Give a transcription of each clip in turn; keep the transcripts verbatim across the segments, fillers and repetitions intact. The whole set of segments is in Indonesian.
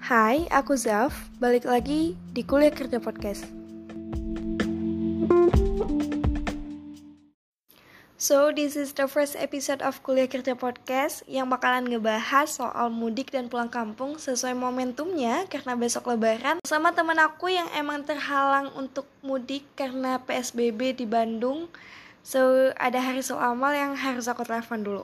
Hai, aku Zaf. Balik lagi di Kuliah Kerja Podcast. So, this is the first episode of Kuliah Kerja Podcast yang bakalan ngebahas soal mudik dan pulang kampung sesuai momentumnya karena besok lebaran sama teman aku yang emang terhalang untuk mudik karena P S B B di Bandung. So, ada Harisul Amal yang harus aku telepon dulu.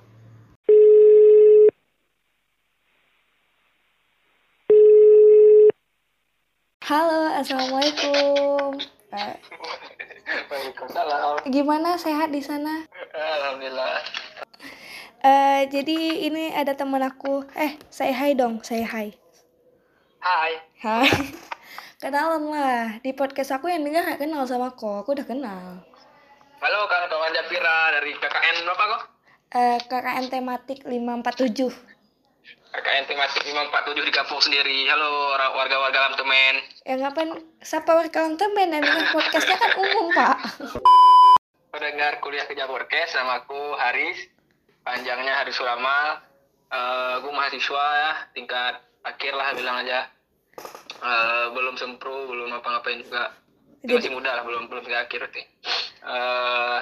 Halo, Assalamualaikum. Eh, Waalaikumsalam. Gimana, sehat di sana? Alhamdulillah. Eh, jadi ini ada teman aku. Eh, say hi dong, say hi. Hai. Hai. Kenalan lah. Di podcast aku yang dengar gak kenal sama kok. Aku udah kenal. Halo kawan-kawan Japira dari K K N berapa kok? Eh, K K N tematik lima empat tujuh. K K N tematik lima empat tujuh di kampung sendiri. Halo warga-warga Lamtemen. Ya ngapain? Siapa warga temen yang dengar podcastnya kan umum, Pak. Pendengar Kuliah Kerja Podcast, nama aku Haris. Panjangnya Haris Sulamal. Uh, gue mahasiswa ya, tingkat akhir lah bilang aja. Uh, belum sempro, belum apa-ngapain juga. Jadi, masih muda lah, belum belum tingkat akhir berarti. Uh,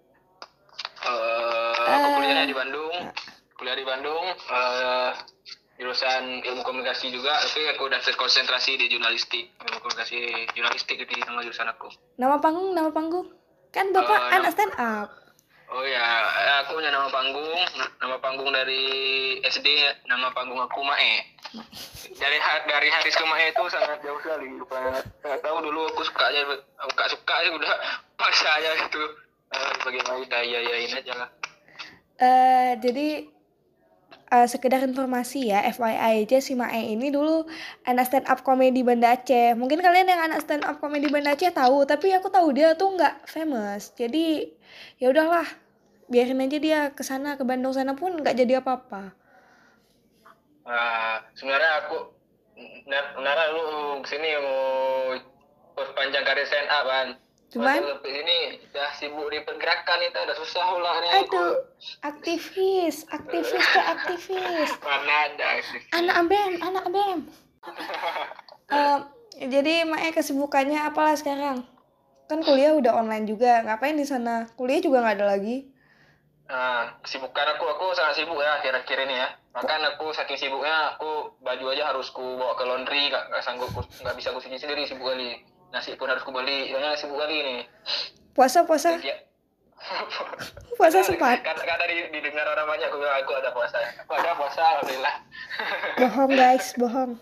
uh, aku Uh. kuliahnya di Bandung. Kuliah di Bandung. Uh, jurusan ilmu komunikasi juga, tapi aku udah terkonsentrasi di jurnalistik, ilmu komunikasi jurnalistik di nama jurusan aku. Nama panggung, nama panggung. Kan Bapak Uh, anak nama- stand up. Oh ya, aku punya nama panggung, nama panggung dari S D, nama panggung aku Mae. Dari dari Haris ke Mae itu sangat jauh sekali. Nggak tahu dulu aku suka aja, suka suka aja udah paksa aja gitu. Uh, bagaimana kita yayain aja lah. Eh, jadi eh, sekedar informasi ya, F Y I aja si Mae ini dulu anak stand up komedi Banda Aceh. Mungkin kalian yang anak stand up komedi Banda Aceh tahu, tapi aku tahu dia tuh nggak famous. Jadi ya udahlah, biarin aja dia ke sana, ke Bandung sana pun nggak jadi apa-apa. Nah, sebenarnya aku sebenarnya lu kesini mau perpanjang karir stand up kan. Cuman- Waktu sampai sini udah sibuk di pergerakan itu udah susah ulah nih. Aduh, aktivis, aktivis ke aktivis. Mana ada sih. Anak A B M, anak A B M. Eh, jadi Mae kesibukannya apalah sekarang? Kan kuliah udah online juga, ngapain di sana? Kuliah juga nggak ada lagi. Nah, kesibukan aku aku sangat sibuk ya akhir-akhir ini ya. Makan aku saking sibuknya aku baju aja harus ku bawa ke laundry, nggak nggak sanggup ku- nggak bisa ku cuci sendiri, sibuk kali. Nasi pun harus ku beli, soalnya sibuk kali ini. Puasa, puasa, Ya. puasa sempat. Kata kata di- didengar orang banyak aku bilang aku ada puasa. Aku ada puasa alhamdulillah. Bohong guys, bohong.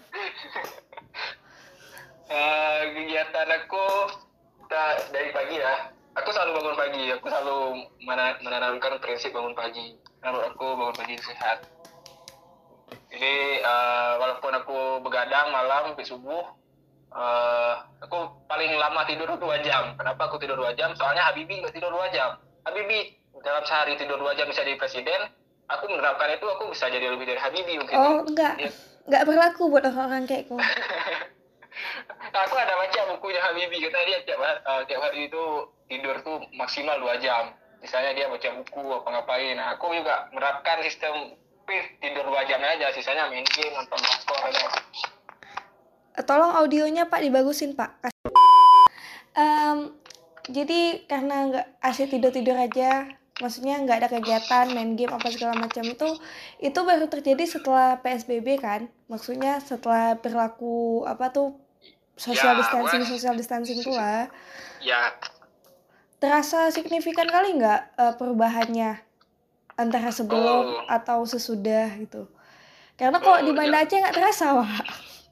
Eh, kegiatan aku ta- dari pagi ya. Aku selalu bangun pagi. Aku selalu mana- menanamkan prinsip bangun pagi. Menurut aku bangun pagi itu sehat. Jadi eh, walaupun aku begadang malam sampai subuh, eh, aku paling lama tidur dua jam. Kenapa aku tidur dua jam? Soalnya Habibie nggak tidur dua jam. Habibie dalam sehari tidur dua jam bisa jadi presiden. Aku menerapkan itu, aku bisa jadi lebih dari Habibie mungkin. Oh enggak, Dia- enggak berlaku buat orang-orang kayak kau. Aku ada baca bukunya Habibie, kata dia tiap, uh, tiap hari itu tidur tuh maksimal dua jam. Misalnya dia baca buku apa ngapain. Nah, aku juga menerapkan sistem pih, tidur dua jam aja, sisanya main game, nonton drakor aja. Eh, Tolong audionya Pak dibagusin Pak. Kas- Em, jadi karena nggak asik tidur-tidur aja, maksudnya nggak ada kegiatan, main game apa segala macam itu, itu baru terjadi setelah P S B B kan? Maksudnya setelah berlaku apa tuh social Ya, distancing, wes. social distancing tuh lah. Ya, Terasa signifikan kali nggak eh, perubahannya antara sebelum Oh. atau sesudah gitu? Karena kok Oh, di Banda ya. Aceh nggak terasa, Pak.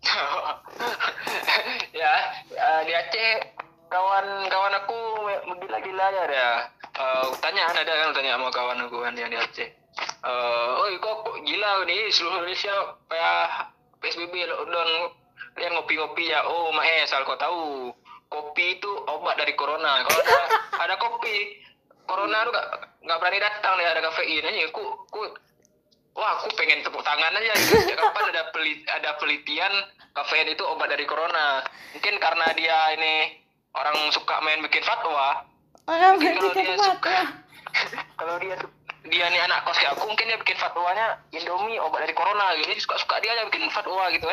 ya uh, di Aceh kawan-kawan aku gila-gila ya ada. Uh, tanya ada kan tanya sama kawan aku kan yang di Aceh. Uh, oh kok kok gila nih seluruh Indonesia kayak P S B B lockdown, kalian ngopi-ngopi ya. Oh Mae, asal kau tahu kopi itu obat dari corona. Kalau ada ada kopi corona tuh gak, gak berani datang nih, ada kafein aja. Aku, aku wah aku pengen tepuk tangan aja gitu. Sejak kapan ada pelit, ada penelitian kafein itu obat dari corona? Mungkin karena dia ini orang suka main bikin fatwa. Orang Mungkin kalau berarti dia kan suka, kalau dia dia nih anak kos kayak aku, mungkin dia bikin fatwanya Indomie obat dari corona gitu. Jadi suka-suka dia aja bikin fatwa gitu ya.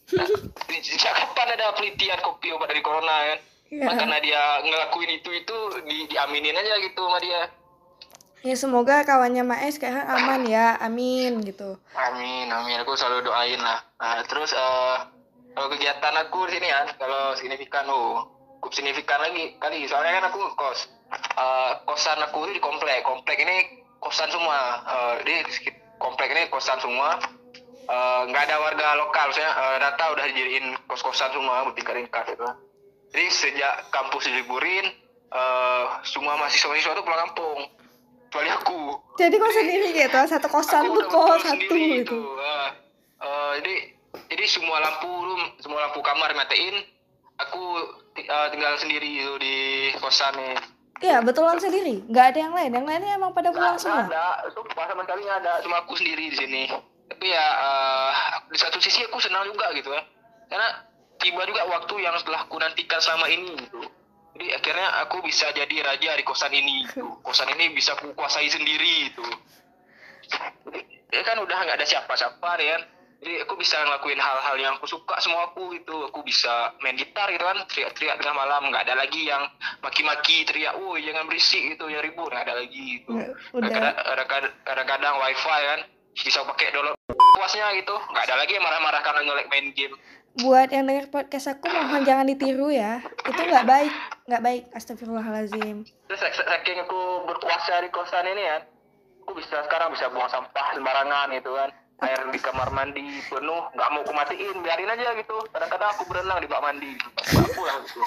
Nah, sejak kapan ada penelitian kopi obat dari corona kan? Ya. Makanya dia ngelakuin itu itu di, diaminin aja gitu sama dia. Ya semoga kawannya Maes sekarang aman ya, amin gitu. Amin, amin. Aku selalu doain lah. Nah, terus eh kalau kegiatan aku di sini kan, kalau signifikan, oh, cukup signifikan lagi kali. Soalnya kan aku kos. Eh, kosan aku itu di komplek. Komplek ini kosan semua. Eh, di sekit- komplek ini kosan semua. Eh, nggak ada warga lokal, maksudnya eh, data udah dijadiin kos-kosan semua, bertingkat-tingkat gitu. Jadi sejak kampus diliburin, eh semua mahasiswa-mahasiswa itu pulang kampung. Kecuali aku. Jadi kok sendiri gitu, satu kosan Aku tuh udah kok betul satu sendiri gitu. itu. Ah, eh, jadi jadi semua lampu semua lampu kamar matiin. Aku ti- eh, tinggal sendiri itu di kosan nih. Iya, betulan sendiri. Nggak ada yang lain. Yang lainnya emang pada pulang Nggak semua. ada, sumpah sama sekali nggak ada. Cuma aku sendiri di sini. Tapi ya eh, di satu sisi aku senang juga gitu ya. Karena tiba juga waktu yang setelah aku nantikan selama ini gitu. Jadi akhirnya aku bisa jadi raja di kosan ini gitu. Kosan ini bisa aku kuasai sendiri gitu. Jadi ya kan udah nggak ada siapa-siapa ya kan. Jadi aku bisa ngelakuin hal-hal yang aku suka semua aku gitu. Aku bisa main gitar gitu kan, teriak-teriak tengah malam. Nggak ada lagi yang maki-maki, teriak, woi jangan berisik gitu, ya ribut. Nggak ada lagi gitu. Nggak, udah. Kadang-kadang, kadang-kadang wifi kan, bisa pakai download puasnya gitu. Nggak ada lagi yang marah-marah karena ngelek main game. Buat yang denger podcast aku mohon jangan ditiru ya. Itu nggak baik, nggak baik. Astagfirullahalazim. Terus saking aku berkuasa di kosan ini kan, aku bisa sekarang bisa buang sampah sembarangan gitu kan. Air di kamar mandi penuh, nggak mau aku matiin, biarin aja gitu. Kadang-kadang aku berenang di bak mandi, aku lah gitu.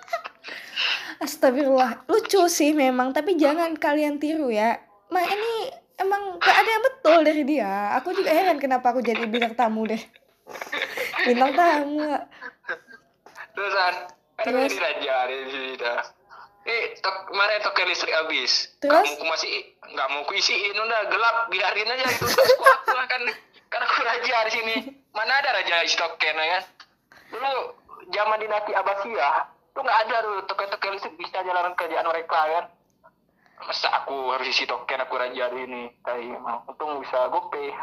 Astagfirullah. Lucu sih memang, tapi jangan kalian tiru ya. Mak ini emang gak ada yang betul dari dia. Aku juga heran kenapa aku jadi bintang tamu deh. Bintang tamu. Terus kan, kan aku Terus? jadi raja di sini dah. Eh, tok, kemarin token listrik habis. Terus? Nggak mau aku masih, nggak mau aku isiin, udah gelap, biarin aja itu. Terus aku, aku lah kan, kan aku raja di sini. Mana ada raja isi token ya kan? Dulu zaman dinasti Abbasiyah, tuh nggak ada tuh token-token listrik bisa jalan kerjaan mereka kan. Masa aku harus isi token, aku raja di sini. Tapi untung bisa GoPay.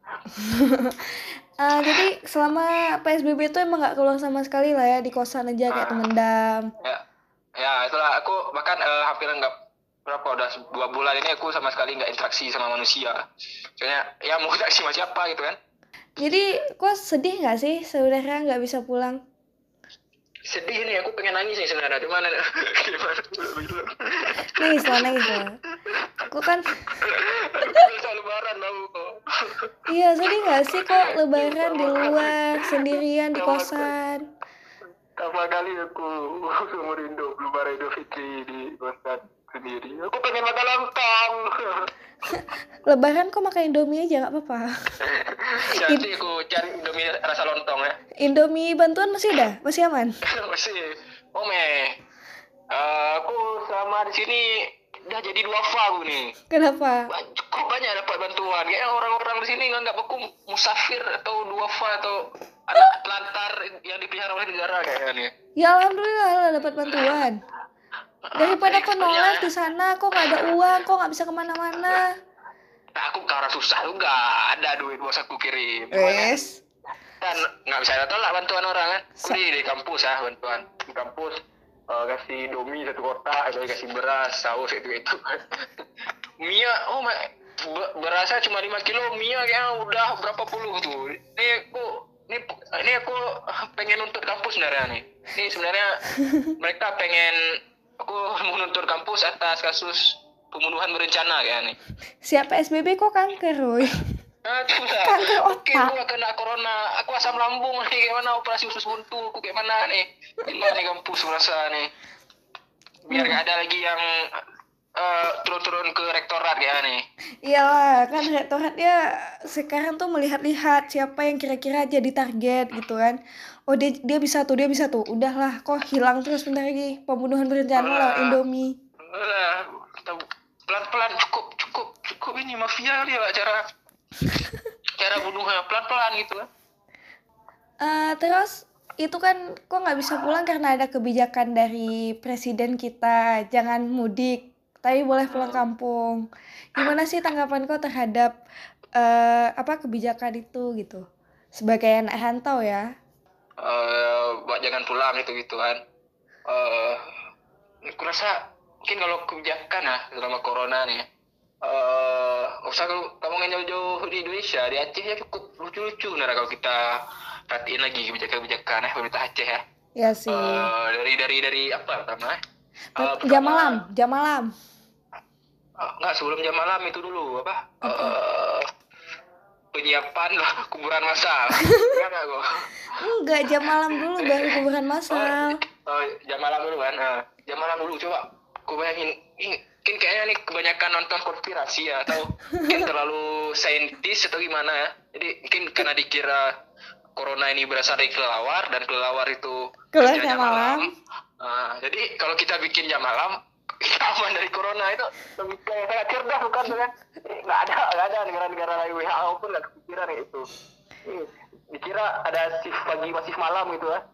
Uh, jadi selama P S B B itu emang gak keluar sama sekali lah ya, di kosan aja kayak temendam. Ya, ya itulah aku bahkan eh, hampir nggak berapa udah dua bulan ini aku sama sekali nggak interaksi sama manusia. Soalnya ya mau interaksi sama siapa gitu kan? Jadi kok sedih nggak sih sebenarnya nggak bisa pulang? Sedih nih, aku pengen nangis nih sebenarnya. Cuman gimana dulu? Nangis lah, nangis lah. Aku kan Bisa lebaran tau kok. iya sedih nggak sih kok lebaran di luar sendirian di kosan. Pertama kali aku seumur hidup lebaran Idul Fitri di kosan sendiri. Aku pengen makan lontong. Lebaran kok makan Indomie aja nggak apa-apa. Nanti aku cari Indomie rasa lontong ya. Indomie bantuan masih ada, masih aman. Masih. Oh meh. Uh, aku selama di sini udah jadi duafa aku nih. Kenapa? Cukup banyak dapat bantuan. Kayak orang-orang di sini nganggap aku musafir atau duafa atau anak telantar yang dipelihara oleh negara kayaknya. Ya alhamdulillah lah dapat bantuan. Daripada kok nolak di sana, kok nggak ada uang, kok nggak bisa kemana-mana. Nah, aku karena susah juga ada duit bos aku kirim. Wes. Dan nggak bisa tolak bantuan orang kan. Aku di, di kampus ya bantuan di kampus. Uh, kasih domi satu kotak, atau kasih beras, saus itu itu. Mia, oh be- berasnya cuma lima kilo, Mia kayaknya udah berapa puluh tuh. Ini aku, ini, ini aku pengen nuntut kampus sebenarnya nih. Ini sebenarnya mereka pengen aku menuntut kampus atas kasus pembunuhan berencana kayak nih. Siap P S B B kok kanker, woy. Nah, itulah. Kanker Oke, otak. gua kena corona. Aku asam lambung nih, kayak mana operasi usus buntu. Aku kayak mana nih? Gimana nih kampus merasa nih? Biar gak ada lagi yang uh, turun-turun ke rektorat kayak nih. Iyalah, kan rektoratnya sekarang tuh melihat-lihat siapa yang kira-kira jadi target gitu kan. Oh dia dia bisa tuh, dia bisa tuh. Udahlah, kok hilang terus bentar lagi. Pembunuhan berencana lah Indomie. Lah, pelan-pelan cukup cukup cukup ini mafia kali ya cara cara bunuhnya pelan-pelan gitu kan. Uh, terus itu kan kok nggak bisa pulang karena ada kebijakan dari presiden kita jangan mudik tapi boleh pulang kampung. Gimana sih tanggapan kau terhadap uh, apa kebijakan itu gitu sebagai anak rantau ya? eh buat jangan pulang gitu gitu kan. Eh aku rasa mungkin kalau kebijakan lah selama corona nih, eh usah kalau kamu nggak jauh-jauh di Indonesia, di Aceh ya cukup lucu-lucu nah kalau kita perhatiin lagi kebijakan-kebijakan ya pemerintah Aceh ya. Ya sih. Eh dari dari dari apa pertama? Eh, Jam pertama, malam, jam malam. eh, nggak sebelum jam malam itu dulu apa? Apa? Eh, penyiapan lah kuburan massal. Enggak enggak kok. Enggak, jam malam dulu baru kuburan massal. Oh, jam malam dulu kan. Nah, jam malam dulu coba. Aku bayangin, ini mungkin kayaknya nih kebanyakan nonton konspirasi ya atau mungkin terlalu saintis atau gimana ya. Jadi mungkin karena dikira corona ini berasal dari kelelawar dan kelelawar itu Keluar kerjanya jam malam. Nah, jadi kalau kita bikin jam malam kita aman dari corona itu lebih kayak sangat cerdas bukan kan? Nggak ada nggak ada negara-negara lain W H O pun nggak kepikiran kayak itu. Ih, dikira ada shift pagi masih malam gitu ya.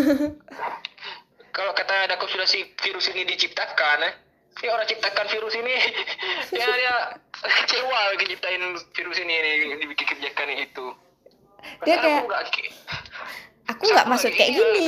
Kalau kata ada konspirasi virus ini diciptakan, eh, ini orang ciptakan virus ini, ya dia kecewa ciptain virus ini, ini dibikin kebijakan itu. Dia Padahal kayak, aku nggak, aku nggak maksud kayak gini.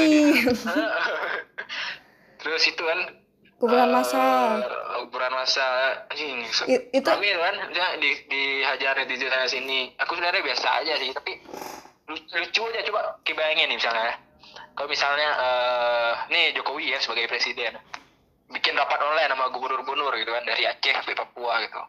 Terus itu kan Kuburan eh, massal. kuburan massal anjing. I- itu- Kami kan dia di dihajar netizen sana sini. Aku sebenarnya biasa aja sih, tapi lucu, lucu aja. Coba kebayangin nih misalnya, kalau misalnya eh nih Jokowi ya sebagai presiden bikin rapat online sama gubernur-gubernur gitu kan dari Aceh sampai Papua gitu.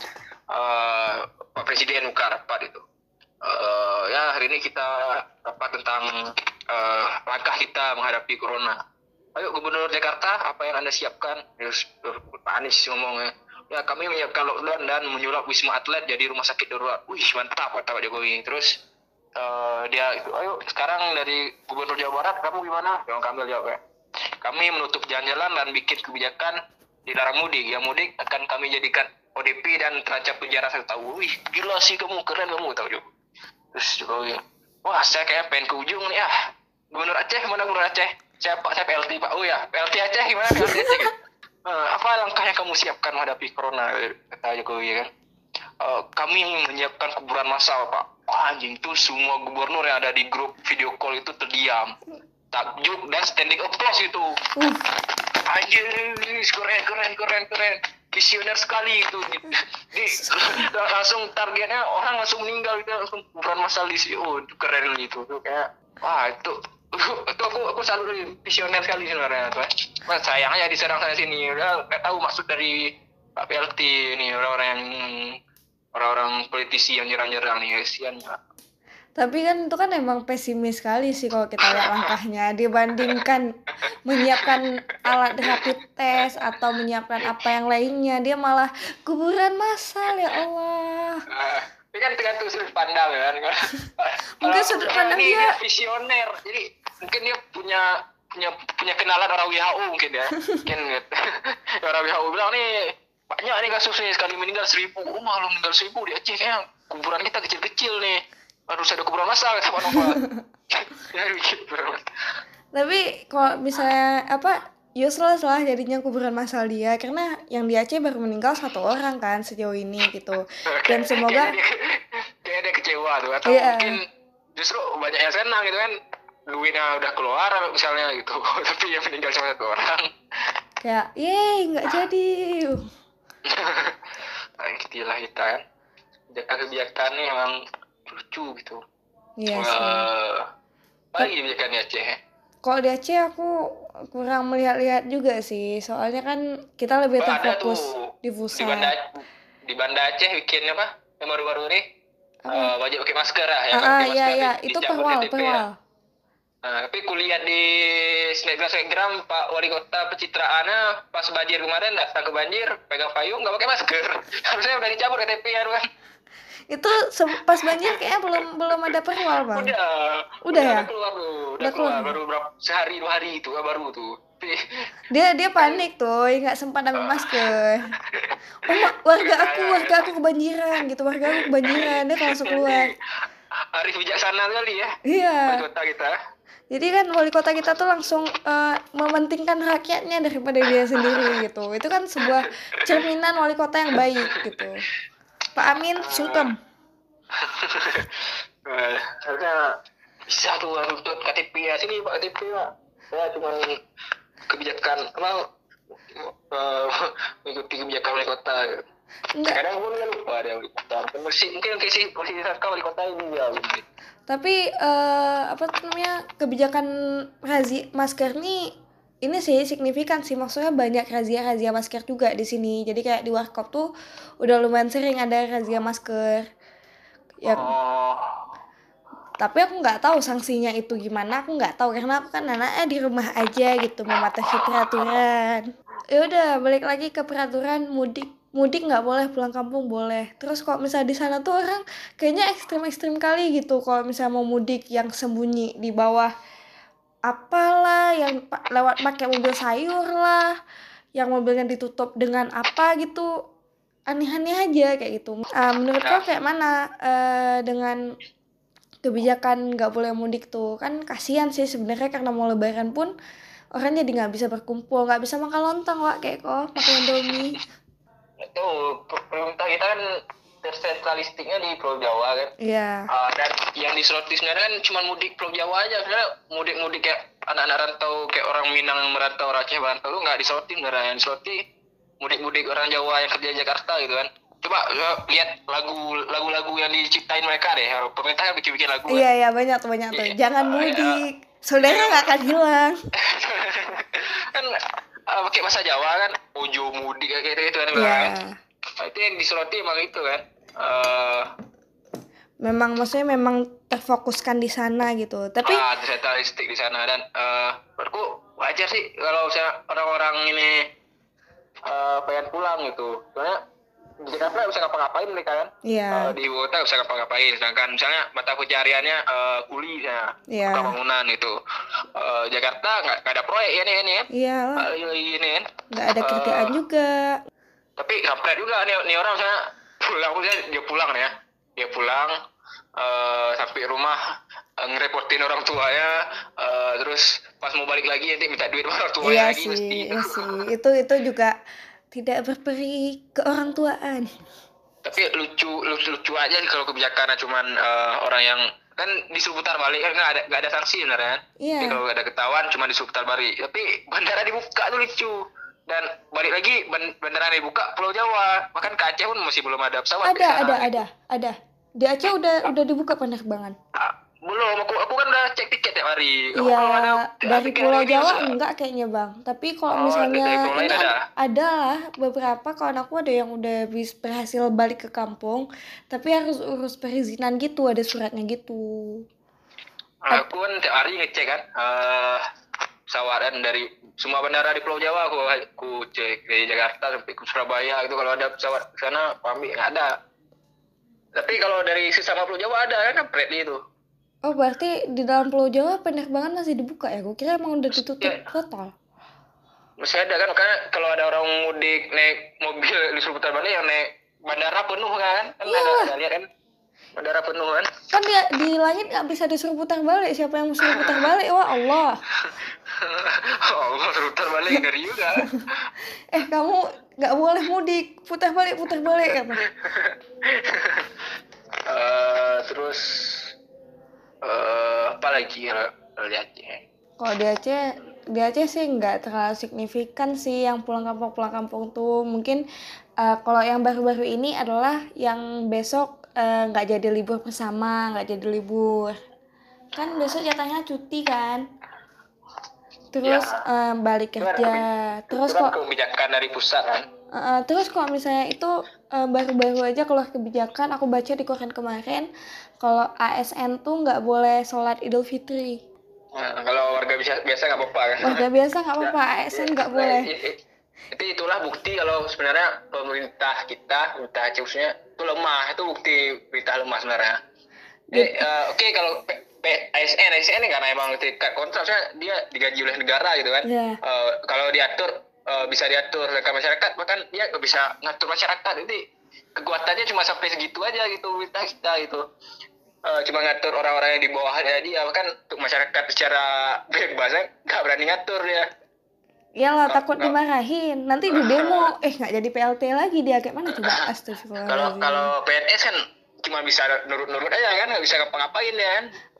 Eh Pak Presiden buka rapat itu. Eh ya hari ini kita rapat tentang eh, langkah kita menghadapi corona. Ayo Gubernur Jakarta, apa yang Anda siapkan? Terus Pak Anies ngomongnya, ya kami menyiapkan lockdown dan menyulap Wisma Atlet jadi rumah sakit darurat. Wih mantap kata Pak Jokowi. Terus uh, dia itu, ayo sekarang dari Gubernur Jawa Barat kamu gimana? Yang Kamil jawab ya. Kami menutup jalan-jalan dan bikin kebijakan dilarang mudik. Yang mudik akan kami jadikan O D P dan terancam penjara satu tahun. Wih gila sih kamu, keren kamu tahu Jokowi. Terus Jokowi, wah saya kayak pengen ke ujung nih ah. Gubernur Aceh mana Gubernur Aceh? Siapa? Saya P L T Pak. Oh ya, P L T Aceh gimana P L T Aceh? Gitu. Uh, apa langkah yang kamu siapkan menghadapi corona? Kata Jokowi kan. Uh, kami menyiapkan kuburan massal Pak. Wah, anjing tuh semua gubernur yang ada di grup video call itu terdiam, takjub dan standing applause itu. Uh. Anjir, keren keren keren keren. Visioner sekali itu. Di, di, langsung targetnya orang langsung meninggal gitu, langsung kuburan massal di sini. Oh, itu keren gitu. Tuh kayak wah itu itu aku aku selalu visioner sekali sebenarnya tuh. Mas sayang aja diserang sana sini. Udah nggak tahu maksud dari Pak P L T ini orang-orang yang orang-orang politisi yang nyerang-nyerang nih kasihan. Tapi kan itu kan emang pesimis sekali sih kalau kita lihat langkahnya dibandingkan menyiapkan alat rapid test atau menyiapkan apa yang lainnya, dia malah kuburan massal ya Allah. Uh, ini kan tergantung sudut pandang kan. Mungkin sudut pandang ini dia visioner, jadi mungkin dia punya punya punya kenalan orang W H O mungkin ya. Mungkin orang W H O bilang nih banyak nih kasusnya sekali meninggal seribu. Oh malu meninggal seribu di Aceh kayaknya kuburan kita kecil-kecil nih. Harus ada kuburan massal kata Pak Nova. Ya gitu. Tapi kalau misalnya apa useless lah jadinya kuburan massal dia, karena yang di Aceh baru meninggal satu orang kan sejauh ini gitu. Dan semoga kayak dia, kayak dia kecewa tuh atau yeah. Mungkin justru banyak yang senang gitu kan, duitnya udah keluar misalnya gitu. Tapi yang meninggal cuma satu orang kayak yeay nggak jadi. Nah, gitulah kita kan, kebijakan nih emang lucu gitu. Iya uh, sih. Apa lagi kebijakan di Aceh ya? Kalau di Aceh aku kurang melihat-lihat juga sih, soalnya kan kita lebih Oh, terfokus di di pusat. Banda di Banda Aceh bikin apa yang baru-baru ini uh, wajib pakai masker lah ya. Ah iya iya itu perwal perwal. Nah, tapi kuliah di snapgram snapgram Pak Wali Kota pencitraannya pas banjir kemarin datang ke banjir pegang payung nggak pakai masker. Harusnya udah dicabut K T P ya kan. Itu pas banjir kayaknya belum belum ada perwal bang. Udah. Udah, udah ya. Udah keluar tuh. Udah, udah keluar. keluar Baru berapa sehari dua hari itu baru tuh. Dia dia panik tuh, nggak sempat ambil masker. Oh warga aku warga aku kebanjiran gitu warga aku kebanjiran dia langsung keluar. Arif bijaksana kali ya. Iya. Wali kota kita. Jadi kan wali kota kita tuh langsung uh, mementingkan rakyatnya daripada dia sendiri gitu. Itu kan sebuah cerminan wali kota yang baik gitu. Pak Amin sungkem. Harusnya bisa tuh nuntut K T P ya, sini Pak K T P Pak. Ya cuma kebijakan apa uh, mengikuti kebijakan wali kota. Enggak, Kadang pun kan lupa dia wali kota. Mungkin mungkin kasih posisi Saka wali kota ini ya. tapi eh, apa tuh namanya kebijakan razia masker nih ini sih signifikan sih, maksudnya banyak razia-razia masker juga di sini. Jadi kayak di Warkop tuh udah lumayan sering ada razia masker. Ya, Oh, tapi aku nggak tahu sanksinya itu gimana, aku nggak tahu karena aku kan anaknya di rumah aja gitu mematuhi peraturan. Ya udah balik lagi ke peraturan mudik. Mudik nggak boleh, pulang kampung boleh. Terus kalau misalnya di sana tuh orang kayaknya ekstrim-ekstrim kali gitu. Kalau misalnya mau mudik yang sembunyi di bawah apalah, yang pa- lewat pakai mobil sayur lah, yang mobilnya ditutup dengan apa gitu, aneh-aneh aja kayak gitu. Ah, menurut kau nah, kayak mana eh, dengan kebijakan nggak boleh mudik tuh? Kan kasihan sih sebenarnya karena mau lebaran pun orang jadi nggak bisa berkumpul, nggak bisa makan lontong, Wak, kayak kok makan Indomie. itu per- pemerintah kita kan tersentralistiknya di Pulau Jawa kan. Iya, Ah, dan yang disoroti sebenarnya kan cuma mudik Pulau Jawa aja. Sebenarnya mudik-mudik kayak anak-anak rantau kayak orang Minang merantau, orang Aceh merantau itu nggak disoroti sebenarnya. Yang disoroti mudik-mudik orang Jawa yang kerja di Jakarta gitu kan. Coba eh, lihat lagu lagu-lagu yang diciptain mereka deh. Pemerintah kan bikin-bikin lagu kan. iya, iya, banyak tuh, banyak tuh. Iya, Jangan ah, ya. mudik, saudara nggak akan hilang. Kan ah, pakai bahasa Jawa kan ojo mudik kayak gitu gitu kan. Iya, Nah, itu yang disoroti emang itu kan. Eh memang maksudnya memang terfokuskan di sana gitu. Tapi ah sentralistik di sana dan eh menurutku wajar sih kalau misalnya orang-orang ini eh pengen pulang gitu. Soalnya di Jakarta nggak bisa ngapa-ngapain mereka kan. iya, Eh, di ibu kota nggak bisa ngapa-ngapain. Sedangkan misalnya mata pencariannya eh, kuli ya, iya, buka bangunan itu. Eh, Jakarta nggak nggak ada proyek ini ini kan. iyalah, Ah, ini kan. nggak ada kerjaan Eh, juga. tapi kampret juga nih, nih orang misalnya pulang misalnya dia pulang nih ya. Dia pulang eh sampai rumah eh, ngerepotin orang tuanya eh, terus pas mau balik lagi nanti minta duit sama orang tuanya Iya lagi mesti sih, itu. iya sih. Itu itu juga tidak berperi ke orang tuaan. Tapi lucu lucu lucu aja sih kalau kebijakannya cuman eh, orang yang kan disuruh putar balik kan nggak ada nggak ada sanksi sebenarnya kan. Iya. Jadi kalau ada ketahuan cuma disuruh putar balik. Tapi bandara dibuka tuh lucu. Dan balik lagi ban- bandara dibuka Pulau Jawa. Bahkan ke Aceh pun masih belum ada pesawat Ada, di sana. ada, ada, ada. Di Aceh udah udah dibuka penerbangan. Ah, belum aku aku kan udah cek tiket tiap hari. Aku Iya, kalau ada dari tiket Pulau hari ini Jawa bisa- enggak kayaknya bang. Tapi kalau Oh, dari misalnya pulau lain ini ada? ada, ada lah beberapa kawan aku ada yang udah bis berhasil balik ke kampung, tapi harus urus perizinan gitu, ada suratnya gitu. Nah, aku kan tiap hari ngecek kan eh pesawat dari semua bandara di Pulau Jawa aku aku cek dari Jakarta sampai ke Surabaya itu kalau ada pesawat ke sana pamit nggak ada. Tapi kalau dari sesama Pulau Jawa ada kan Bradley itu. Oh berarti di dalam Pulau Jawa penerbangan masih dibuka ya? Gue kira emang udah ditutup Ya. total. Masih ada kan karena kalau ada orang mudik naik mobil disuruh putar balik yang naik bandara penuh kan? Kan Iya. ada, ada lihat kan bandara penuh kan? Kan dia di langit nggak bisa disuruh putar balik. Siapa yang suruh putar balik? Wah Allah. Oh, suruh putar balik dari juga. Eh kamu nggak boleh mudik, putar balik, putar balik apa? Eh, terus eh apa lagi ya lihat ya. Kalau di Aceh, di Aceh sih nggak terlalu signifikan sih yang pulang kampung pulang kampung tuh. Mungkin eh, kalau yang baru-baru ini adalah yang besok eh, nggak jadi libur bersama, nggak jadi libur. Kan besok jatahnya cuti kan. Terus Ya. eh, balik Itu kan kerja. kebi- Terus itu kan kok kebijakan dari pusat kan. eh, eh, terus kalau misalnya itu eh, baru-baru aja keluar kebijakan, aku baca di koran kemarin kalau A S N tuh nggak boleh sholat Idul Fitri. Nah, kalau warga biasa biasa nggak apa-apa kan. Warga biasa nggak apa-apa, A S N nggak Nah, boleh. i- i- itu itulah bukti kalau sebenarnya pemerintah kita, pemerintah Aceh khususnya itu lemah. Itu bukti pemerintah lemah sebenarnya. Jadi, eh, oke kalau P- P- A S N, A S N ini karena emang terikat kontrak, soalnya dia digaji oleh negara gitu kan. Iya. Eh, kalau diatur eh, bisa diatur oleh masyarakat, bahkan dia nggak bisa ngatur masyarakat. Jadi kekuatannya cuma sampai segitu aja gitu pemerintah kita gitu. Eh, cuma ngatur orang-orang yang di bawahnya dia, bahkan untuk masyarakat secara bebas nggak berani ngatur dia. Iyalah Kak- takut kak- dimarahin. Nanti di demo, eh nggak jadi P L T lagi dia kayak mana coba? Kalau Astagfirullahaladzim. kalau P N S kan cuma bisa nurut-nurut aja kan, nggak bisa ngapa-ngapain ya kan.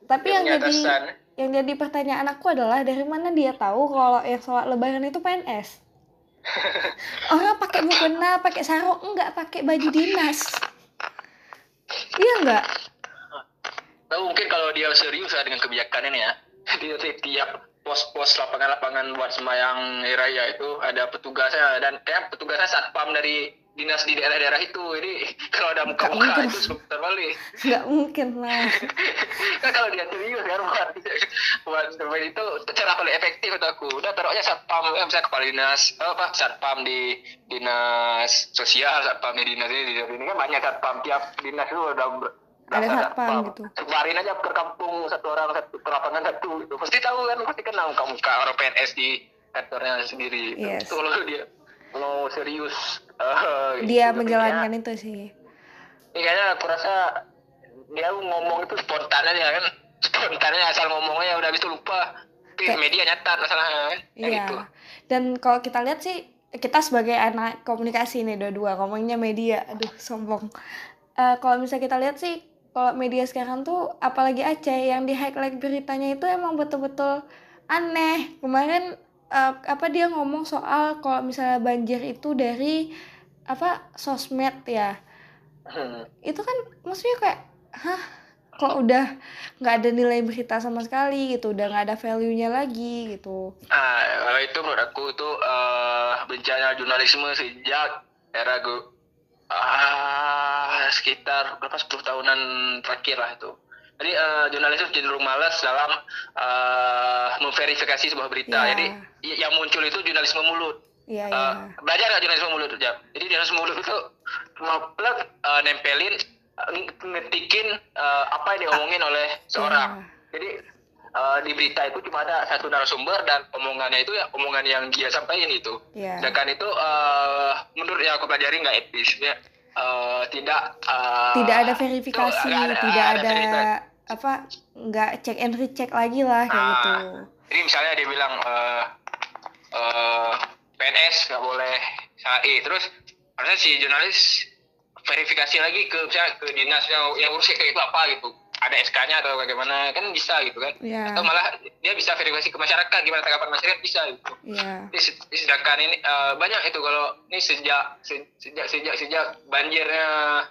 Tapi Dia yang punya jadi atasan. yang jadi pertanyaan aku adalah dari mana dia tahu kalau yang sholat lebaran itu P N S? Orang pakai mukena, pakai sarung, enggak pakai baju dinas. Iya enggak? Tahu mungkin kalau dia serius ya dengan kebijakan ini ya. Di tiap pos-pos lapangan-lapangan buat sembahyang hari raya itu ada petugasnya, dan kayak petugasnya satpam dari dinas di daerah-daerah itu. Jadi kalau ada Enggak muka-muka mungkin. itu suruh putar balik. Enggak mungkin lah. Kan kalau dia serius kan buat buat buat itu cara paling efektif untuk aku. Udah taruh aja satpam, ya, misalnya kepala dinas apa satpam di dinas sosial, satpam di dinas ini, dinas ini kan banyak satpam, tiap dinas itu udah ber- Ada berapa satpam gitu. Sebarin aja per kampung satu orang, satu per lapangan satu gitu. Pasti tahu kan, pasti kenal muka-muka orang P N S di kantornya sendiri. Yes. Itu kalau dia kalau serius uh, Dia gitu, menjalankan ya. itu sih. Ini kayaknya aku rasa dia ngomong itu spontan aja kan, spontannya asal ngomongnya udah habis itu lupa. Tapi Kayak- media nyatat masalahnya kan. Kayak Iya. gitu. Dan kalau kita lihat sih, kita sebagai anak komunikasi nih dua-dua ngomongnya media, aduh sombong. Eh, kalau misalnya kita lihat sih, kalau media sekarang tuh apalagi Aceh yang di highlight beritanya itu emang betul-betul aneh. Kemarin eh, apa dia ngomong soal kalau misalnya banjir itu dari apa sosmed ya. Hmm. Itu kan maksudnya kayak hah, kok udah nggak ada nilai berita sama sekali gitu, udah nggak ada value-nya lagi gitu. Ah, kalau itu menurut aku itu eh, bencana jurnalisme sejak era gue ah sekitar berapa sepuluh tahunan terakhir lah itu. Jadi eh, jurnalis itu cenderung malas dalam eh, memverifikasi sebuah berita. Ya. Jadi y- yang muncul itu jurnalisme mulut. Iya, Eh, iya. belajar nggak jurnalisme mulut Jam? Jadi jurnalisme mulut itu cuma plug eh, nempelin eh, ngetikin eh, apa yang diomongin oleh seorang. Jadi eh, di berita itu cuma ada satu narasumber dan omongannya itu ya omongan yang dia sampaikan itu. Iya. Sedangkan itu eh, menurut yang aku pelajari nggak etis ya. Eh, tidak eh, Tidak ada verifikasi, itu nggak tidak ada, verifikasi. apa, nggak check and recheck lagi lah kayak Nah, gitu. Jadi misalnya dia bilang eh eh, P N S nggak boleh S H I, terus harusnya si jurnalis verifikasi lagi ke misalnya ke dinas yang, yang urusnya kayak itu apa gitu, ada S K-nya atau bagaimana, kan bisa gitu kan. Iya. Atau malah dia bisa verifikasi ke masyarakat, gimana tanggapan masyarakat, bisa gitu. Iya. Ini se- sedangkan ini eh, banyak itu kalau ini sejak se- sejak sejak sejak banjirnya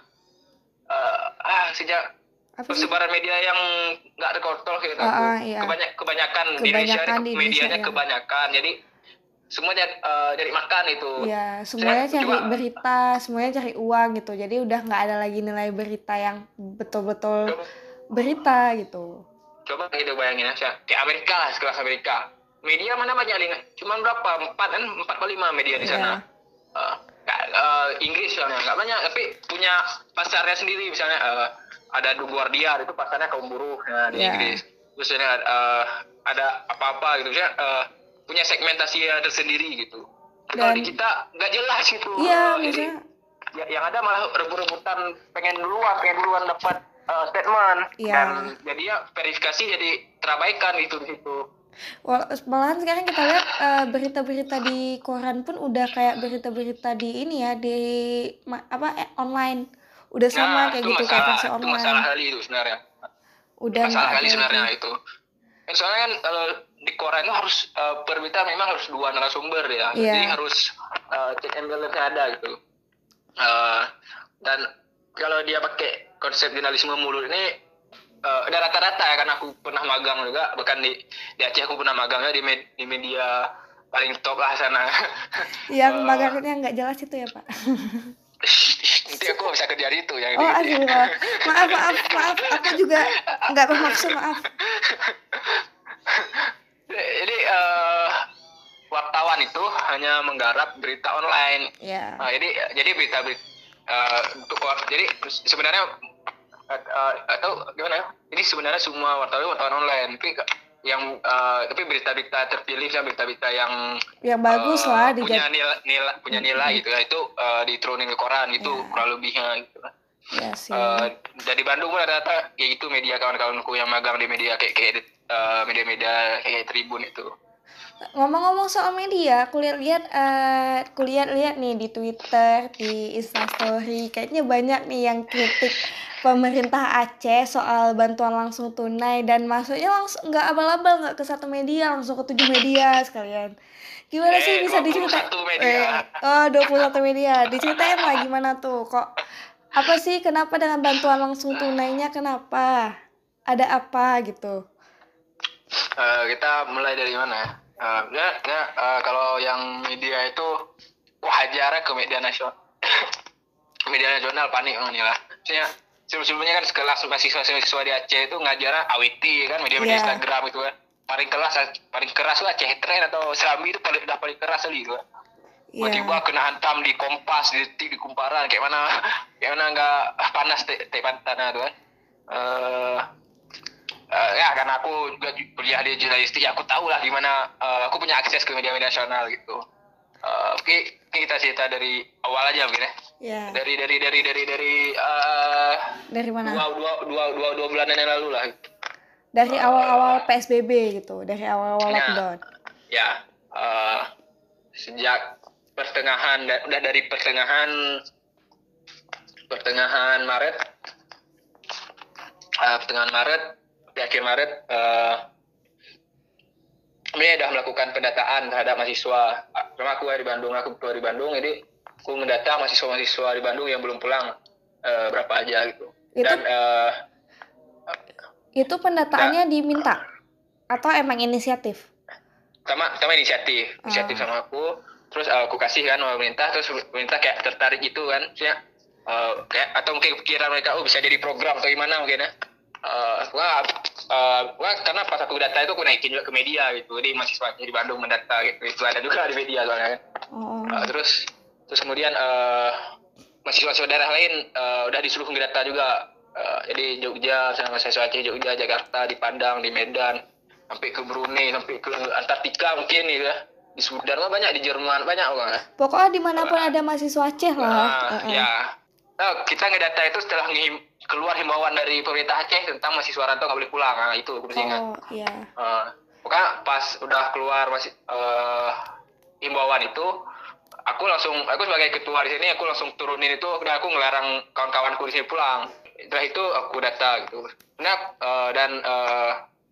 eh, ah sejak Apa sih? persebaran media yang nggak terkontrol gitu. Ah, ah, iya. Kebanyak, kebanyakan di Indonesia Kebanyakan ini di Indonesia, medianya ya. kebanyakan. Jadi semuanya eh, dari makan itu. Iya, semuanya Saya cari coba- berita, semuanya cari uang gitu. Jadi udah nggak ada lagi nilai berita yang betul-betul Coba, berita gitu. coba gitu bayangin ya. Kayak Amerika lah, sekelas Amerika. Media mana banyak nih? Cuman berapa? Empat kan? Empat atau lima media di Iya. sana. Eh, nggak, eh, Inggris misalnya nggak banyak, tapi punya pasarnya sendiri. Misalnya eh, ada The Guardian, itu pasarnya kaum buruh ya, di Iya. Inggris. Terus ini ada, eh, ada apa-apa gitu, misalnya eh, punya segmentasi tersendiri gitu. Kalau Dan- di kita nggak jelas gitu. Iya, Eh, jadi maksudnya ya- yang ada malah rebut-rebutan pengen duluan, pengen duluan dapat eh, statement. Iya. Dan jadi ya verifikasi jadi terabaikan gitu di situ. wal- malahan sekarang kita lihat eh, berita-berita di koran pun udah kayak berita-berita di ini ya, di ma- apa eh, online. Udah sama kayak itu gitu kayak versi masalah, itu masalah online. kali itu sebenarnya. Udah masalah nggak kali ada sebenarnya lagi. itu. Kan soalnya kan kalau di koran itu harus uh, per berita memang harus dua narasumber ya. Iya. Jadi harus uh, check and balance ada gitu. Uh, dan kalau dia pakai konsep jurnalisme mulut ini uh, ada rata-rata ya, kan aku pernah magang juga, bahkan di di Aceh aku pernah magangnya di, med- di media paling top lah sana. Yang Eh, magangnya nggak jelas itu ya Pak. nanti aku bisa kerja di itu ya. Oh aduh, maaf maaf maaf, aku juga nggak bermaksud, maaf. Jadi eh, wartawan itu hanya menggarap berita online. Ya. Nah, jadi jadi berita berita eh, untuk war- jadi sebenarnya eh, eh, atau gimana ya? Jadi sebenarnya semua wartawan wartawan online, tapi ke- yang eh, tapi berita-berita terpilih ya, berita-berita yang Yang bagus eh, lah punya dijad- nilai, nilai punya nilai gitu ya, itu eh, diturunin ke koran itu Ya. kurang lebihnya gitu. Ya sih. Eh, dari Bandung pun rata-rata ya itu media kawan-kawanku yang magang di media kayak kayak eh, media-media kayak Tribun itu. Ngomong-ngomong soal media, aku lihat-lihat eh aku lihat-lihat nih di Twitter, di Instastory, kayaknya banyak nih yang kritik pemerintah Aceh soal bantuan langsung tunai dan masuknya langsung nggak abal-abal, nggak ke satu media, langsung ke tujuh media sekalian. Gimana sih, Eh, bisa dua puluh diceritain? satu media. Eh, oh, dua puluh satu media. Diceritain lah gimana tuh? Kok apa sih, kenapa dengan bantuan langsung tunainya kenapa? Ada apa gitu? Eh, kita mulai dari mana ya? Eh, ya, ya, eh, kalau yang media itu wajar ke media nasional. Media nasional panik oh, inilah. Maksudnya sebelum-sebelumnya kan sekelas mahasiswa-mahasiswa di Aceh itu ngajar A W T kan, media-media Iya. Instagram itu kan. Paling keras paling keras lah Aceh Trend atau Serambi itu paling udah paling keras kali itu kan. Tiba-tiba Iya. kena hantam di Kompas, di Detik, di Kumparan, kayak mana kayak mana nggak panas teh te pantannya tuh kan. Eh uh, ya karena aku juga kuliah di jurnalistik, ya aku tahu lah gimana, uh, aku punya akses ke media-media nasional gitu. Uh, Oke, okay, kita cerita dari awal aja mungkin ya. Ya. Dari dari dari dari dari uh, Dari mana? Dua dua dua dua dua bulanan yang lalu lah. Dari awal-awal P S B B gitu, dari awal-awal Nah, lockdown. ya, uh, sejak pertengahan, udah dari pertengahan pertengahan Maret, uh, pertengahan Maret, di akhir Maret, uh, kami sudah melakukan pendataan terhadap mahasiswa. Karena aku di Bandung, aku ketua di Bandung, jadi aku mendata mahasiswa-mahasiswa di Bandung yang belum pulang, uh, berapa aja gitu. Itu, Dan uh, itu pendataannya diminta atau emang inisiatif? Pertama, pertama inisiatif, inisiatif Ah. sama aku. Terus uh, aku kasih kan sama pemerintah, terus pemerintah kayak tertarik gitu kan, maksudnya uh, kayak atau mungkin pikiran mereka, oh bisa jadi program atau gimana mungkin ya. Uh, wah, uh, wah, karena pas aku data itu aku naikin juga ke media gitu, jadi mahasiswa di Bandung mendata gitu, itu ada juga di media soalnya kan. Oh. Uh, terus terus kemudian uh, mahasiswa daerah lain uh, udah disuruh ngedata juga, uh, jadi Jogja sama mahasiswa Aceh, Jogja, Jakarta, di Padang, di Medan, sampai ke Brunei, sampai ke Antartika mungkin gitu ya. Di Sudan lah banyak, di Jerman banyak orang. Pokoknya dimanapun uh, ada mahasiswa Aceh lah. Uh, uh-uh. Ya, nah, kita ngedata itu setelah ngehim, keluar himbauan dari pemerintah Aceh tentang mahasiswa rantau nggak boleh pulang. Nah, itu aku ingat. Oh iya. Uh, pokoknya pas udah keluar masih uh, himbauan itu, aku langsung, aku sebagai ketua di sini, aku langsung turunin itu, udah aku ngelarang kawan-kawanku di sini pulang. Setelah itu aku data gitu. Nah, uh, dan uh,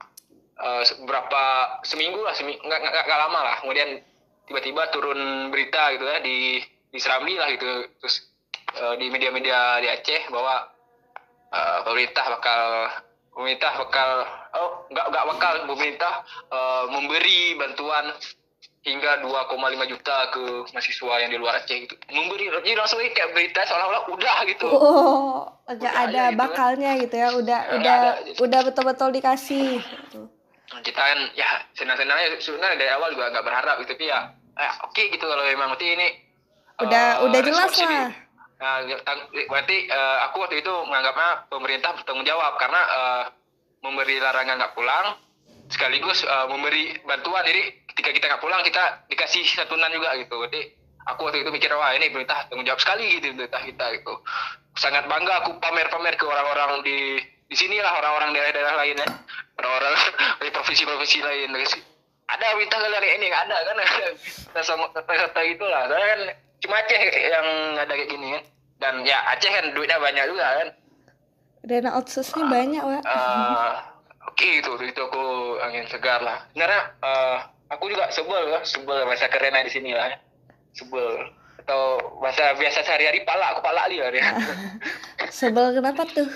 Uh, berapa seminggu lah, seminggu nggak nggak nggak lama lah, kemudian tiba-tiba turun berita gitu ya di di Serambi lah gitu, terus uh, di media-media di Aceh bahwa uh, pemerintah bakal pemerintah bakal oh nggak nggak bakal pemerintah uh, memberi bantuan hingga dua koma lima juta ke mahasiswa yang di luar Aceh gitu, memberi, jadi langsung kayak berita seolah-olah udah gitu. Oh, nggak ada gitu, bakalnya kan? Gitu ya, udah ya, udah ada, udah betul-betul dikasih. Gitu. Kita kan ya senang-senangnya sebenarnya dari awal juga nggak berharap gitu, tapi ya eh, oke okay, gitu kalau memang berarti ini udah uh, udah jelas lah. Nah, berarti uh, aku waktu itu menganggapnya pemerintah bertanggung jawab karena uh, memberi larangan nggak pulang sekaligus uh, memberi bantuan, jadi ketika kita nggak pulang kita dikasih santunan juga gitu. Jadi aku waktu itu mikir, wah ini pemerintah tanggung jawab sekali gitu, pemerintah kita gitu. Sangat bangga aku pamer-pamer ke orang-orang di di sinilah, orang-orang daerah-daerah lain ya, orang-orang dari provinsi-provinsi lain. Ada berita kalian ini nggak ada kan? Sama kata-kata gitulah. Soalnya kan cuma Aceh yang ada kayak gini kan. Dan ya Aceh kan duitnya banyak juga kan. Dana otsusnya uh, banyak Wak. Uh, Oke okay, itu itu aku angin segar lah. Sebenarnya uh, aku juga sebel lah, sebel bahasa kerennya di sini lah ya. Sebel atau bahasa biasa sehari-hari pala, aku pala dia. Uh, sebel kenapa tuh?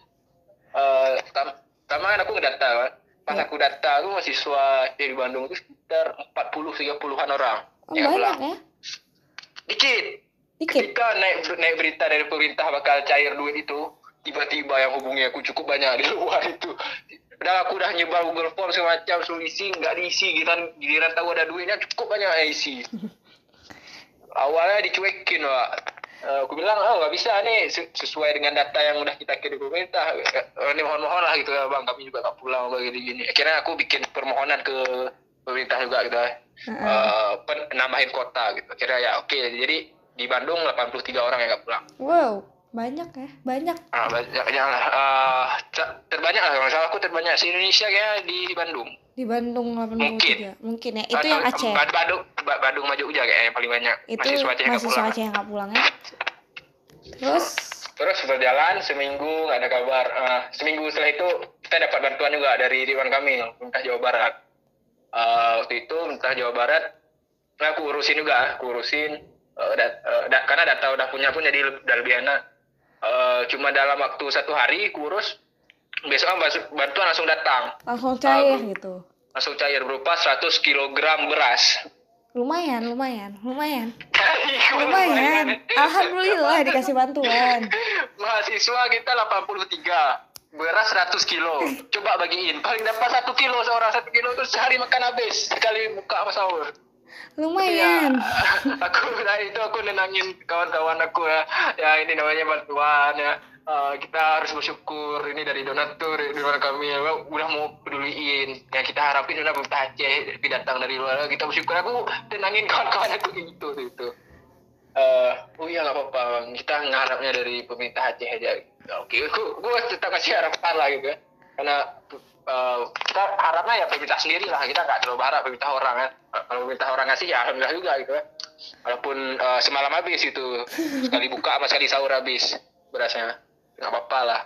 Uh, pertama kan aku ngedata kan. Pas yeah. aku data aku mahasiswa di Bandung itu sekitar empat puluh tiga puluhan orang. Oh, ya, banyak ya? Dikit. Dikit. Ketika naik naik berita dari pemerintah bakal cair duit itu, tiba-tiba yang hubungi aku cukup banyak di luar itu. Udah aku udah nyebar Google Form semacam suruh isi, nggak diisi, giliran giliran tahu ada duitnya cukup banyak yang isi. Awalnya dicuekin Pak. Uh, aku bilang, oh nggak bisa nih sesuai dengan data yang udah kita kirim pemerintah. Uh, ini mohon-mohon lah gitu ya bang, kami juga nggak pulang begini-gini. Akhirnya aku bikin permohonan ke pemerintah juga gitu, uh-uh. uh, pen- nambahin kota gitu. Akhirnya ya oke, okay. Jadi di Bandung delapan puluh tiga orang yang nggak pulang. Wow, banyak ya, banyak. Ah, banyak ya lah. Uh, terbagi terbanyak lah, kalau salah aku terbanyak se Indonesia kayak di Bandung. Di Bandung delapan puluh tiga. Mungkin ya. Itu Atau yang Aceh. Badung, Badung sama Jogja kayaknya yang paling banyak. Itu mahasiswa Aceh yang nggak mahasiswa pulang. Aceh yang nggak pulang ya. Terus Terus berjalan seminggu nggak ada kabar. Uh, seminggu setelah itu kita dapat bantuan juga dari Ridwan Kamil, pemerintah Jawa Barat. Uh, waktu itu pemerintah Jawa Barat, nah aku urusin juga, aku urusin uh, dat, uh, dat, karena data udah punya pun jadi udah lebih enak. Uh, cuma dalam waktu satu hari aku urus, besok bantuan langsung datang. Langsung cair uh, gitu. Langsung cair berupa seratus kilogram beras. Lumayan, lumayan, lumayan. lumayan. Alhamdulillah dikasih bantuan. Mahasiswa kita delapan puluh tiga, beras seratus kilo. Coba bagiin, paling dapat satu kilo seorang, satu kilo itu sehari makan habis sekali buka sama sahur. Lumayan. Ya, aku nah itu aku nenangin kawan-kawan aku ya. Ya ini namanya bantuan ya. Uh, kita harus bersyukur ini dari donatur Ridwan Kamil udah mau peduliin yang kita harapin udah pemerintah Aceh tapi datang dari luar, kita bersyukur. Aku tenangin kawan-kawan aku gitu gitu. Uh, oh iya nggak apa-apa bang, kita ngarapnya dari pemerintah Aceh aja. Oke, okay. gue tetap kasih harapan lah gitu ya, karena uh, kita harapnya ya pemerintah sendiri lah, kita nggak terlalu berharap pemerintah orang kan. Kalau pemerintah orang ngasih ya alhamdulillah juga gitu ya. Walaupun uh, semalam habis itu, sekali buka sama sekali sahur habis berasnya. Nggak apa-apa lah.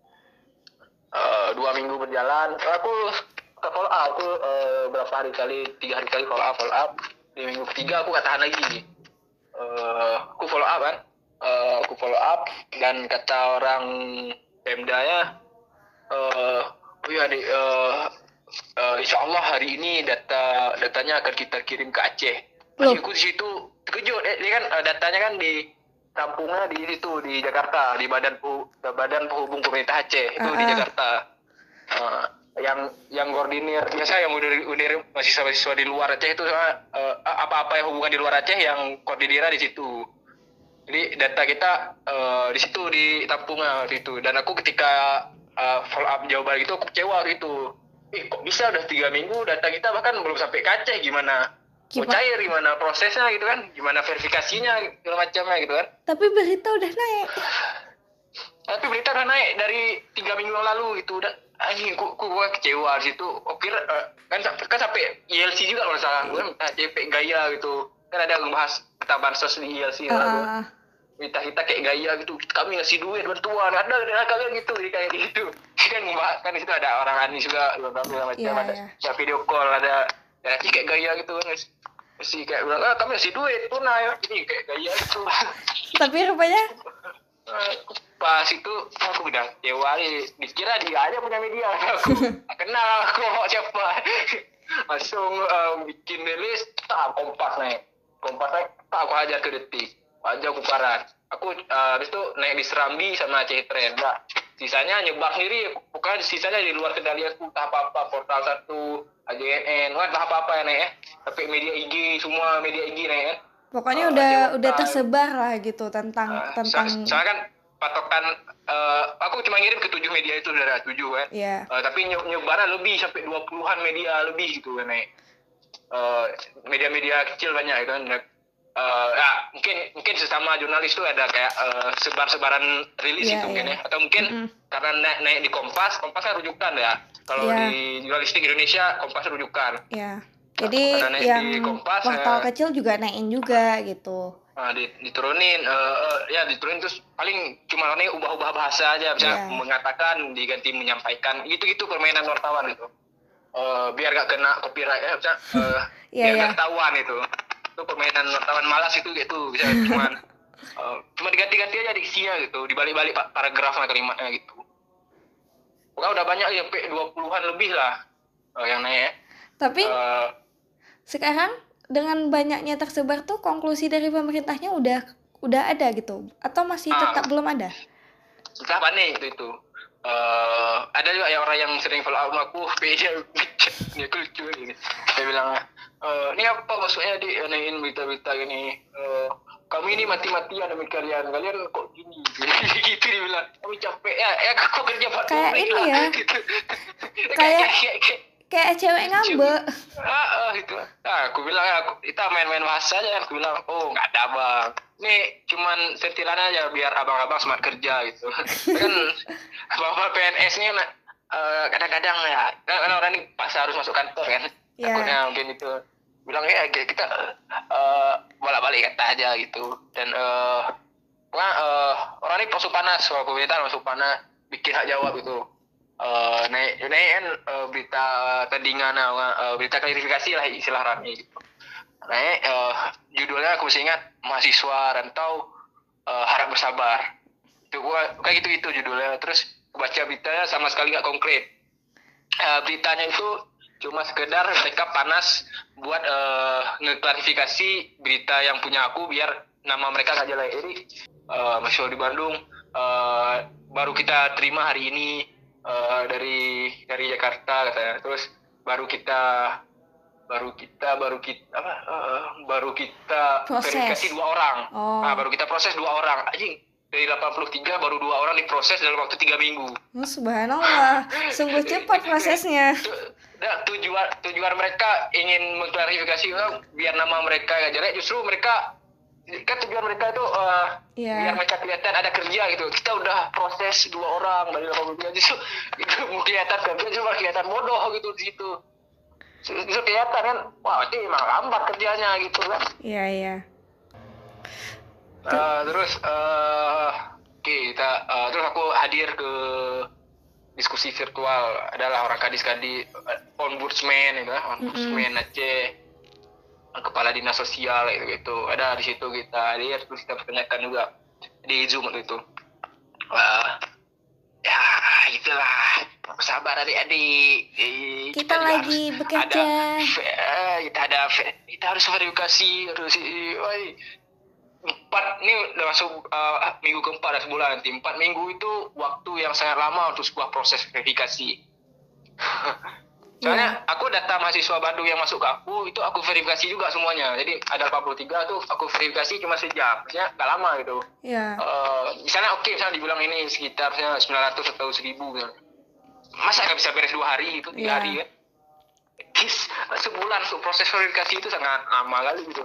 Uh, dua minggu berjalan, aku ke follow up, aku uh, berapa hari kali, tiga hari kali follow up, follow up. Di minggu ketiga aku nggak tahan lagi. Uh, aku follow up kan, uh, aku follow up dan kata orang Pemda ya, uh, oh ya, di, uh, uh, Insya Allah hari ini data datanya akan kita kirim ke Aceh. Masih aku di situ terkejut, eh, ini kan uh, datanya kan di kampungnya di situ di Jakarta, di badan badan penghubung pemerintah Aceh itu uh-uh. di Jakarta. Uh, yang yang koordinir biasa yang udah udah mahasiswa-mahasiswa di luar Aceh itu uh, apa-apa yang hubungan di luar Aceh yang koordinirnya di situ. Jadi data kita uh, di situ di tampungnya gitu. Dan aku ketika uh, follow up jawaban itu aku kecewa gitu. Eh kok bisa udah tiga minggu data kita bahkan belum sampai ke Aceh, gimana? Mau cair gimana prosesnya gitu kan, gimana verifikasinya segala macamnya gitu kan. Tapi berita udah naik. Tapi berita udah naik dari tiga minggu yang lalu gitu. Udah anjing, ku, ku, gua kecewa di situ. Oh kira uh, kan kan sampai I L C juga kalau salah, gue minta J P gaya gitu. Kan ada ngebahas kita bansos di I L C uh. lah. Minta kita kayak gaya gitu. Kami ngasih duit bantuan. Ada ada kalian gitu kayak gitu. Kan ngebahas kan di situ ada orang Ani juga segala macam, yeah, ada yeah. video call, ada ya kayak gaya gitu kan. Mesti kayak bilang, ah kami ngasih duit tunai, ini kayak gaya gitu. Tapi rupanya pas itu aku udah kecewa nih, dikira dia aja punya media, aku kenal aku siapa. Langsung um, bikin list, tak Kompas naik, Kompas naik, tak aku hajar ke Detik, aja aku paran. Aku uh, habis itu naik di Serambi sama Aceh Trend, nah, sisanya nyebar sendiri, bukan sisanya di luar kendali aku, tak apa-apa, Portal satu, A J N N, wah tak apa-apa ya naik ya, tapi media I G, semua media I G naik ya. Pokoknya uh, udah udah tersebar lah gitu tentang uh, tentang. Soalnya kan patokan, uh, aku cuma ngirim ke tujuh media itu udah tujuh kan, yeah. uh, tapi nyebarnya lebih sampai dua puluhan media lebih gitu kan naik. Uh, media-media kecil banyak gitu kan. Uh, ya, mungkin mungkin sesama jurnalis tuh ada kayak uh, sebar-sebaran rilis yeah, itu mungkin yeah. ya, atau mungkin mm-hmm. karena naik, naik di Kompas, Kompas kan rujukan ya. Kalau yeah. di jurnalistik Indonesia Kompas rujukan. Iya. Yeah. Jadi nah, yang Kompas, portal uh, kecil juga naikin juga gitu. Nah, diturunin, uh, uh, ya diturunin terus paling cuma nih ubah-ubah bahasa aja, bisa yeah. mengatakan diganti menyampaikan, gitu-gitu permainan wartawan gitu. Uh, biar gak kena copyright ya, bisa uh, yeah, biar yeah. gak ketahuan itu. Itu permainan wartawan malas itu gitu, bisa cuman uh, cuma diganti-ganti aja diksinya gitu, dibalik-balik paragrafnya kalimatnya gitu. Pokoknya udah banyak ya, sampai dua puluhan lebih lah uh, yang naik ya. Tapi uh, sekarang dengan banyaknya tersebar tuh konklusi dari pemerintahnya udah udah ada gitu atau masih tetap uh, belum ada? Entah panik itu itu. Uh, ada juga ya orang yang sering follow up aku, dia dia lucu ini. Dia bilang, Uh, ini apa maksudnya di anein berita-berita gini, uh, kami ini mati-matian demi kalian, kalian kok gini, gitu dia bilang, kami capek ya, ya kok kerja pak kayak ini ya, gitu. kayak kayak kayak cewek ngambek. Ah, uh, itu, nah aku bilang ya, kita main-main bahasa aja, aku bilang, oh nggak ada bang, ini cuman sentilannya aja biar abang-abang semangat kerja gitu, kan abang-abang P N S ini eh, kadang-kadang ya kan orang ini pas harus masuk kantor kan, Iya. takutnya mungkin itu bilang ya kita eh, bolak-balik kata aja gitu. Dan eh pokoknya, eh, orang ini masuk panas, soal pemerintahan masuk panas, bikin hak jawab gitu. Eh, naik naik kan eh, berita tandingan, eh, berita klarifikasi lah istilah rame gitu. Naik eh, judulnya aku masih ingat, mahasiswa rantau eh, harap bersabar. Itu gua kayak gitu itu judulnya. Terus baca beritanya sama sekali nggak konkret. Eh, beritanya itu cuma sekedar mereka panas buat eh, ngeklarifikasi berita yang punya aku biar nama mereka nggak jelek. Jadi eh, mahasiswa di Bandung eh, baru kita terima hari ini eh, dari dari Jakarta katanya. Terus baru kita baru kita baru kita apa eh, baru kita Proses. verifikasi dua orang. Oh. Nah, baru kita proses dua orang. Anjing, dari delapan puluh tiga baru dua orang diproses dalam waktu tiga minggu. Oh, subhanallah, sungguh cepat prosesnya. Tu- dah, tujuan tujuan mereka ingin mengklarifikasi orang biar nama mereka gak jelek, justru mereka kan tujuan mereka itu eh, Iya. biar mereka kelihatan ada kerja gitu. Kita udah proses dua orang dari delapan puluh tiga, justru itu kelihatan kerja, cuma kelihatan bodoh gitu di situ. Justru kelihatan kan, wah ini emang lambat kerjanya gitu kan. Iya, iya. Eh, terus eh oke kita eh, terus aku hadir ke diskusi virtual, adalah orang kadis-kadis, eh, ombudsman itu, ombudsman Aceh, kepala dinas sosial gitu, gitu. Ada di situ kita hadir, terus kita pertanyakan juga di Zoom waktu itu. Wah, ya itulah, sabar adik-adik. Eh, Kita juga lagi harus bekerja. ada, eh, kita ada kita harus verifikasi, harus oi, empat ini udah masuk uh, minggu keempat dah sebulan nanti. Empat minggu itu waktu yang sangat lama untuk sebuah proses verifikasi. Soalnya aku data mahasiswa Bandung yang masuk ke aku itu aku verifikasi juga semuanya. Jadi ada delapan puluh tiga tuh aku verifikasi cuma sejam, maksudnya nggak lama gitu. Iya. Uh, misalnya oke, misalnya dibilang ini sekitar misalnya sembilan ratus atau seribu misalnya. Masa nggak bisa beres dua hari itu, tiga Iya. hari kan? Kis, sebulan untuk proses verifikasi itu sangat lama kali gitu.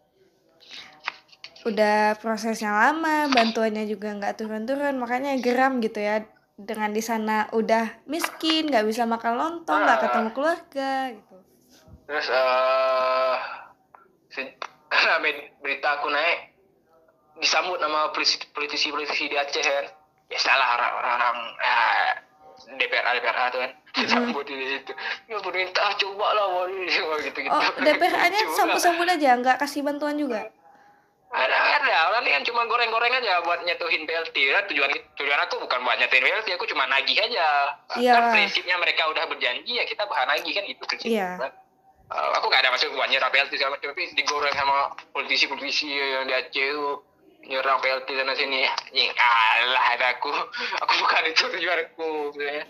Udah prosesnya lama, bantuannya juga nggak turun-turun, makanya geram gitu ya. Dengan di sana udah miskin, nggak bisa makan lontong, nggak Ah. ketemu keluarga gitu. Terus eh se- karena med- berita aku naik disambut nama politisi- politisi-politisi di Aceh kan. Ya salah orang-orang eh, D P R A D P R A tuh kan disambut di situ. Ya pemerintah coba lah gitu-gitu. Oh, D P R A-nya sambut-sambut aja, nggak kasih bantuan juga. Ada ada orang ini kan cuma goreng-goreng aja buat nyetuhin B L T. Ya, tujuan tujuan aku bukan buat nyetuhin B L T, aku cuma nagih aja. Iya. Kan prinsipnya mereka udah berjanji ya kita bahan nagih kan itu prinsipnya. Iya. Kan? Uh, aku gak ada maksud buat nyerang B L T segala macam, tapi digoreng sama politisi-politisi yang di Aceh itu nyerang B L T sana sini. Ya alah, ada aku. Aku bukan itu tujuanku sebenarnya.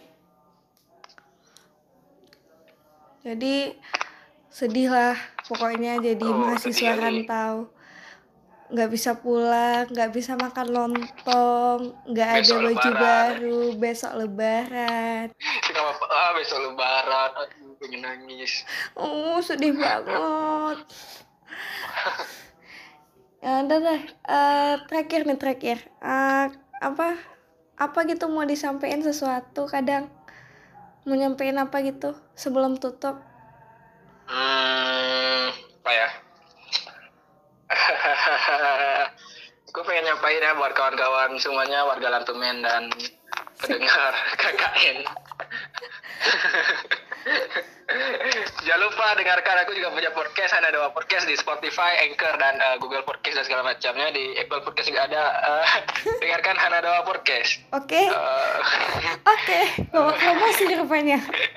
Jadi sedih lah pokoknya jadi Oh, mahasiswa sedih kali. rantau, nggak bisa pulang, nggak bisa makan lontong, nggak ada Besok baju Lebaran. baru, besok lebaran. Kenapa? Ah, besok lebaran. Aduh, pengen nangis. Oh, sedih banget. Ya udah deh, eh, terakhir nih terakhir. Eh, apa apa gitu mau disampaikan sesuatu, kadang mau nyampein apa gitu sebelum tutup. Hmm, apa ya? Aku pengen nyampain ya buat kawan-kawan semuanya, warga Lantumen dan pendengar K K N. Jangan lupa dengarkan, aku juga punya podcast, ada dua podcast di Spotify, Anchor, dan uh, Google Podcast dan segala macamnya. Di Apple Podcast juga ada. Uh, dengarkan Hanadoa Podcast. Oke, Uh, oke, bawa promosi rupanya.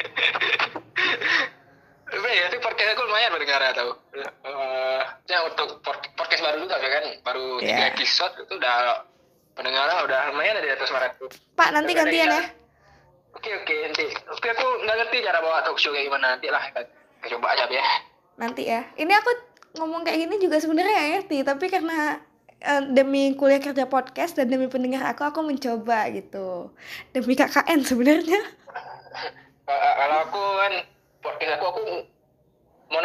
Ya, itu podcast aku lumayan berdengar tau. Uh, ya untuk pod- podcast baru juga ya kan, baru tiga Iya. episode itu udah pendengarnya udah lumayan ada di atas ratus. Pak, nanti Udah ada gantian yang- ya. Oke oke nanti. Oke aku nggak ngerti cara bawa talk show kayak gimana, nanti lah kita coba aja ya. Nanti ya. Ini aku ngomong kayak gini juga sebenarnya gak ngerti, tapi karena eh, demi kuliah kerja podcast dan demi pendengar aku, aku mencoba gitu. Demi K K N sebenarnya. Uh, kalau aku kan podcast aku aku mohon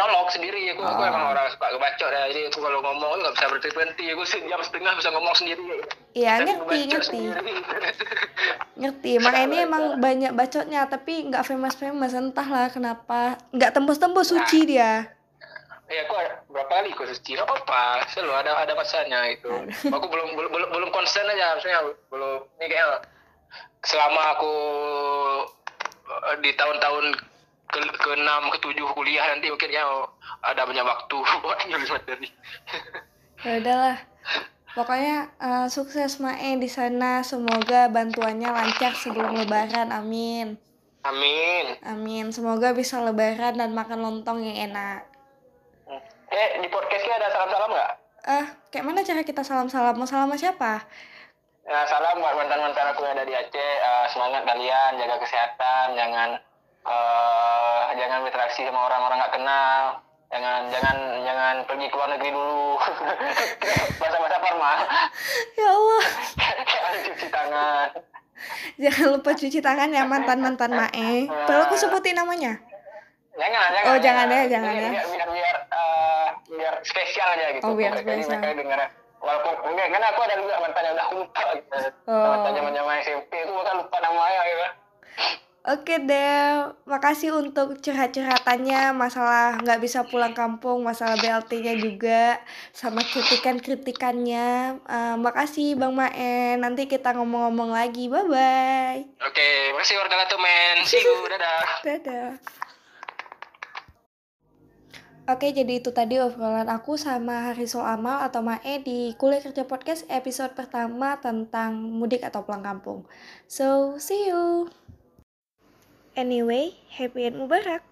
monolog sendiri. Aku, aku Oh. emang orang suka ngebacot ya. Jadi aku kalau ngomong aku nggak bisa berhenti. Aku sejam setengah bisa ngomong sendiri. Iya, Dan ngerti, ngebacot ngerti. sendiri. Ngerti, makanya ini emang banyak bacotnya, tapi nggak famous-famous, entahlah kenapa. Nggak tembus-tembus suci dia. Ya aku ada- berapa kali ikut suci, nggak apa-apa, selalu ada ada masanya itu. Aku belum belum belum belum konsen aja, maksudnya belum ini kayak selama aku eh, di tahun-tahun ke ke enam ke tujuh kuliah nanti mungkin ya ada banyak waktu buat nulis materi. Ya udahlah. Pokoknya eh, sukses Mae di sana, semoga bantuannya lancar sebelum lebaran. Amin. Amin. Amin. Semoga bisa lebaran dan makan lontong yang enak. Eh di podcastnya ada salam-salam nggak? Eh, kayak mana cara kita salam-salam? Mau salam sama siapa? Ya, salam buat mantan-mantan aku yang ada di Aceh. Eh, semangat kalian, jaga kesehatan, jangan eh, jangan berinteraksi sama orang-orang nggak kenal, jangan jangan jangan pergi ke luar negeri dulu. Bahasa-bahasa formal. Ya Allah. Harus cuci tangan. Jangan lupa cuci tangan ya mantan-mantan Mae. Perlu aku sebutin namanya? Jangan, jangan. Oh, jangan ya, jangan biar, ya. Biar biar biar, eh, biar spesial aja gitu. Oh, biar Mereka- spesial. Mereka dengar. Walaupun enggak, karena aku ada juga mantan yang udah aku lupa gitu. Oh. Mantan zaman-zaman S M P itu bahkan lupa namanya gitu. Oke deh, makasih untuk curhat-curhatannya, masalah nggak bisa pulang kampung, masalah B L T-nya juga, sama kritikan-kritikannya. Eh, makasih Bang Mae, nanti kita ngomong-ngomong lagi, bye-bye. Oke, makasih warga men. See you, dadah. Dadah. Oke, jadi itu tadi obrolan aku sama Harisol Amal atau Mae di Kuliah Kerja Podcast episode pertama tentang mudik atau pulang kampung. So, see you. Anyway, happy Eid Mubarak.